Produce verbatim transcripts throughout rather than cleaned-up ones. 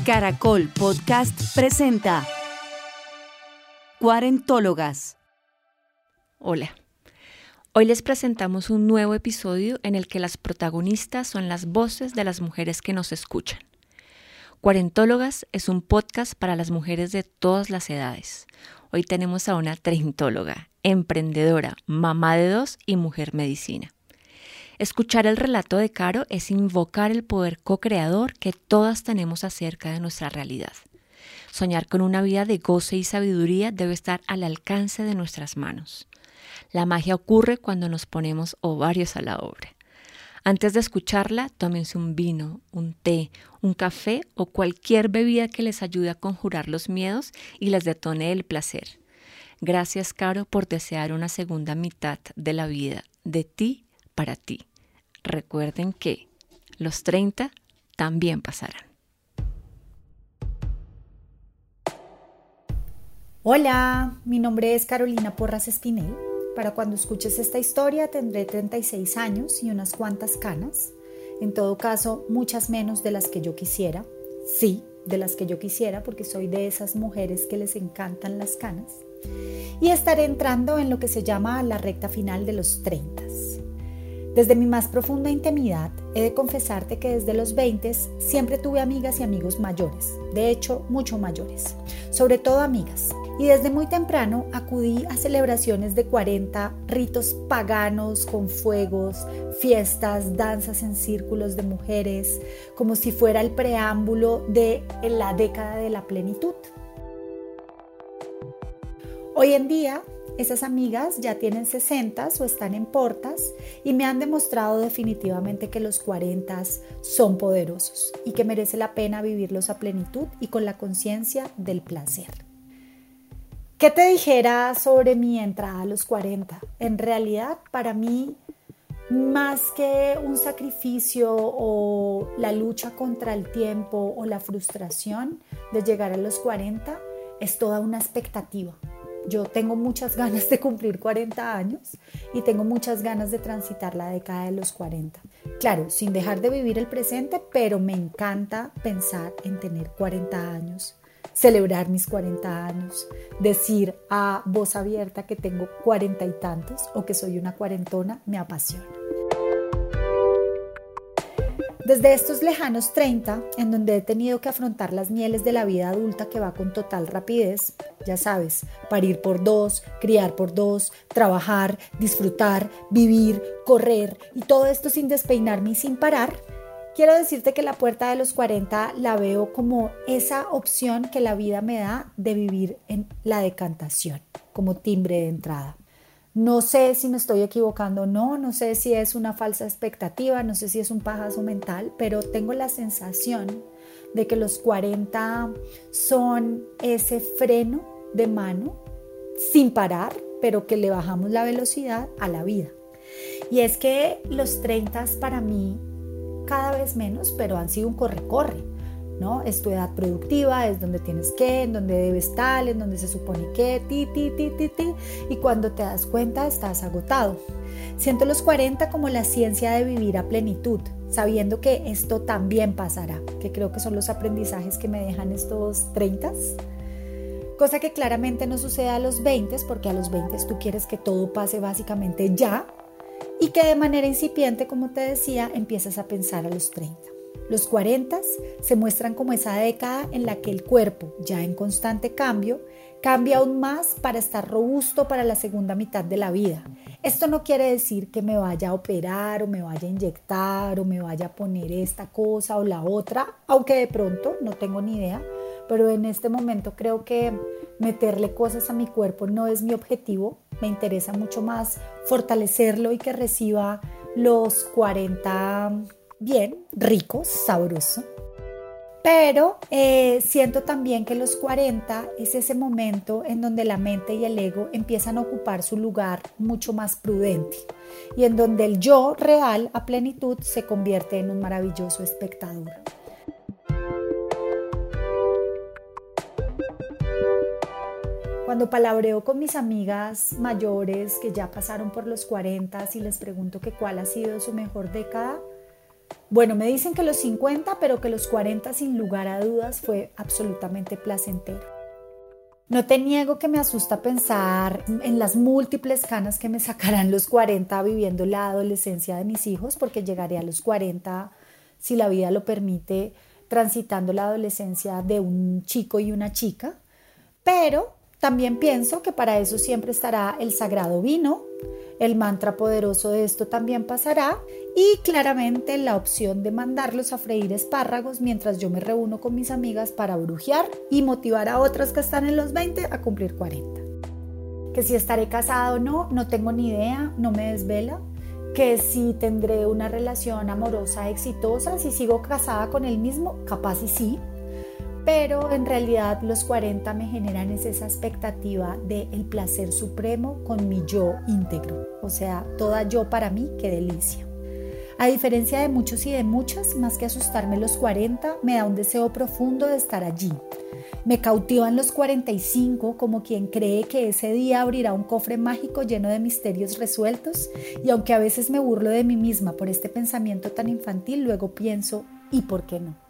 Caracol Podcast presenta Cuarentólogas. Hola, hoy les presentamos un nuevo episodio en el que las protagonistas son las voces de las mujeres que nos escuchan. Cuarentólogas es un podcast para las mujeres de todas las edades. Hoy tenemos a una treintóloga, emprendedora, mamá de dos y mujer medicina. Escuchar el relato de Caro es invocar el poder co-creador que todas tenemos acerca de nuestra realidad. Soñar con una vida de goce y sabiduría debe estar al alcance de nuestras manos. La magia ocurre cuando nos ponemos ovarios a la obra. Antes de escucharla, tómense un vino, un té, un café o cualquier bebida que les ayude a conjurar los miedos y les detone el placer. Gracias, Caro, por desear una segunda mitad de la vida, de ti para ti. Recuerden que los treinta también pasarán. Hola, mi nombre es Carolina Porras Espinel. Para cuando escuches esta historia tendré treinta y seis años y unas cuantas canas. En todo caso, muchas menos de las que yo quisiera. Sí, de las que yo quisiera porque soy de esas mujeres que les encantan las canas. Y estaré entrando en lo que se llama la recta final de los treinta. Desde mi más profunda intimidad, he de confesarte que desde los veinte siempre tuve amigas y amigos mayores, de hecho, mucho mayores, sobre todo amigas. Y desde muy temprano acudí a celebraciones de cuarenta, ritos paganos con fuegos, fiestas, danzas en círculos de mujeres, como si fuera el preámbulo de la década de la plenitud. Hoy en día, esas amigas ya tienen sesenta o están en portas y me han demostrado definitivamente que los cuarenta son poderosos y que merece la pena vivirlos a plenitud y con la conciencia del placer. ¿Qué te dijera sobre mi entrada a los cuarenta? En realidad, para mí, más que un sacrificio o la lucha contra el tiempo o la frustración de llegar a los cuarenta, es toda una expectativa. Yo tengo muchas ganas de cumplir cuarenta años y tengo muchas ganas de transitar la década de los cuarenta. Claro, sin dejar de vivir el presente, pero me encanta pensar en tener cuarenta años, celebrar mis cuarenta años, decir a voz abierta que tengo cuarenta y tantos o que soy una cuarentona, me apasiona. Desde estos lejanos treinta, en donde he tenido que afrontar las mieles de la vida adulta que va con total rapidez, ya sabes, parir por dos, criar por dos, trabajar, disfrutar, vivir, correr y todo esto sin despeinarme y sin parar, quiero decirte que la puerta de los cuarenta la veo como esa opción que la vida me da de vivir en la decantación, como timbre de entrada. No sé si me estoy equivocando o no, no sé si es una falsa expectativa, no sé si es un pajazo mental, pero tengo la sensación de que los cuarenta son ese freno de mano sin parar, pero que le bajamos la velocidad a la vida. Y es que los treinta para mí cada vez menos, pero han sido un corre-corre. ¿No? Es tu edad productiva, es donde tienes que, en donde debes tal, en donde se supone que, ti, ti, ti, ti, ti, y cuando te das cuenta estás agotado. Siento los cuarenta como la ciencia de vivir a plenitud, sabiendo que esto también pasará, que creo que son los aprendizajes que me dejan estos treinta, cosa que claramente no sucede a los veinte, porque a los veinte tú quieres que todo pase básicamente ya, y que de manera incipiente, como te decía, empiezas a pensar a los treinta. Los cuarenta se muestran como esa década en la que el cuerpo, ya en constante cambio, cambia aún más para estar robusto para la segunda mitad de la vida. Esto no quiere decir que me vaya a operar o me vaya a inyectar o me vaya a poner esta cosa o la otra, aunque de pronto no tengo ni idea, pero en este momento creo que meterle cosas a mi cuerpo no es mi objetivo. Me interesa mucho más fortalecerlo y que reciba los cuarenta bien, rico, sabroso. Pero eh, siento también que los cuarenta es ese momento en donde la mente y el ego empiezan a ocupar su lugar mucho más prudente y en donde el yo real a plenitud se convierte en un maravilloso espectador. Cuando palabreo con mis amigas mayores que ya pasaron por los cuarenta y les pregunto que cuál ha sido su mejor década, Bueno, me dicen que los cincuenta, pero que los cuarenta sin lugar a dudas fue absolutamente placentero. No te niego que me asusta pensar en las múltiples canas que me sacarán los cuarenta viviendo la adolescencia de mis hijos, porque llegaré a los cuarenta, si la vida lo permite, transitando la adolescencia de un chico y una chica. Pero también pienso que para eso siempre estará el sagrado vino, el mantra poderoso de esto también pasará y claramente la opción de mandarlos a freír espárragos mientras yo me reúno con mis amigas para brujear y motivar a otras que están en los veinte a cumplir cuarenta. Que si estaré casada o no, no tengo ni idea, no me desvela. Que si tendré una relación amorosa exitosa, si sigo casada con él mismo, capaz y sí. Pero en realidad los cuarenta me generan esa expectativa del placer supremo con mi yo íntegro, o sea, toda yo para mí, qué delicia. A diferencia de muchos y de muchas, más que asustarme los cuarenta, me da un deseo profundo de estar allí. Me cautivan los cuarenta y cinco como quien cree que ese día abrirá un cofre mágico lleno de misterios resueltos, y aunque a veces me burlo de mí misma por este pensamiento tan infantil, luego pienso, ¿y por qué no?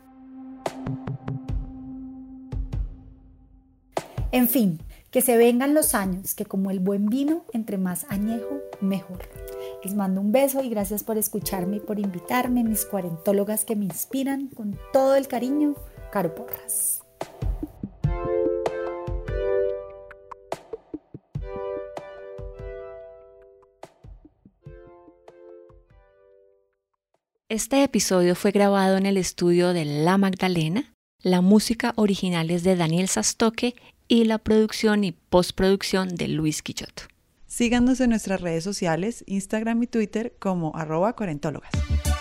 En fin, que se vengan los años, que como el buen vino, entre más añejo, mejor. Les mando un beso y gracias por escucharme y por invitarme, mis cuarentólogas que me inspiran con todo el cariño, Caro Porras. Este episodio fue grabado en el estudio de La Magdalena. La música original es de Daniel Sastoque y la producción y postproducción de Luis Quillot. Síganos en nuestras redes sociales, Instagram y Twitter como arroba cuarentólogas.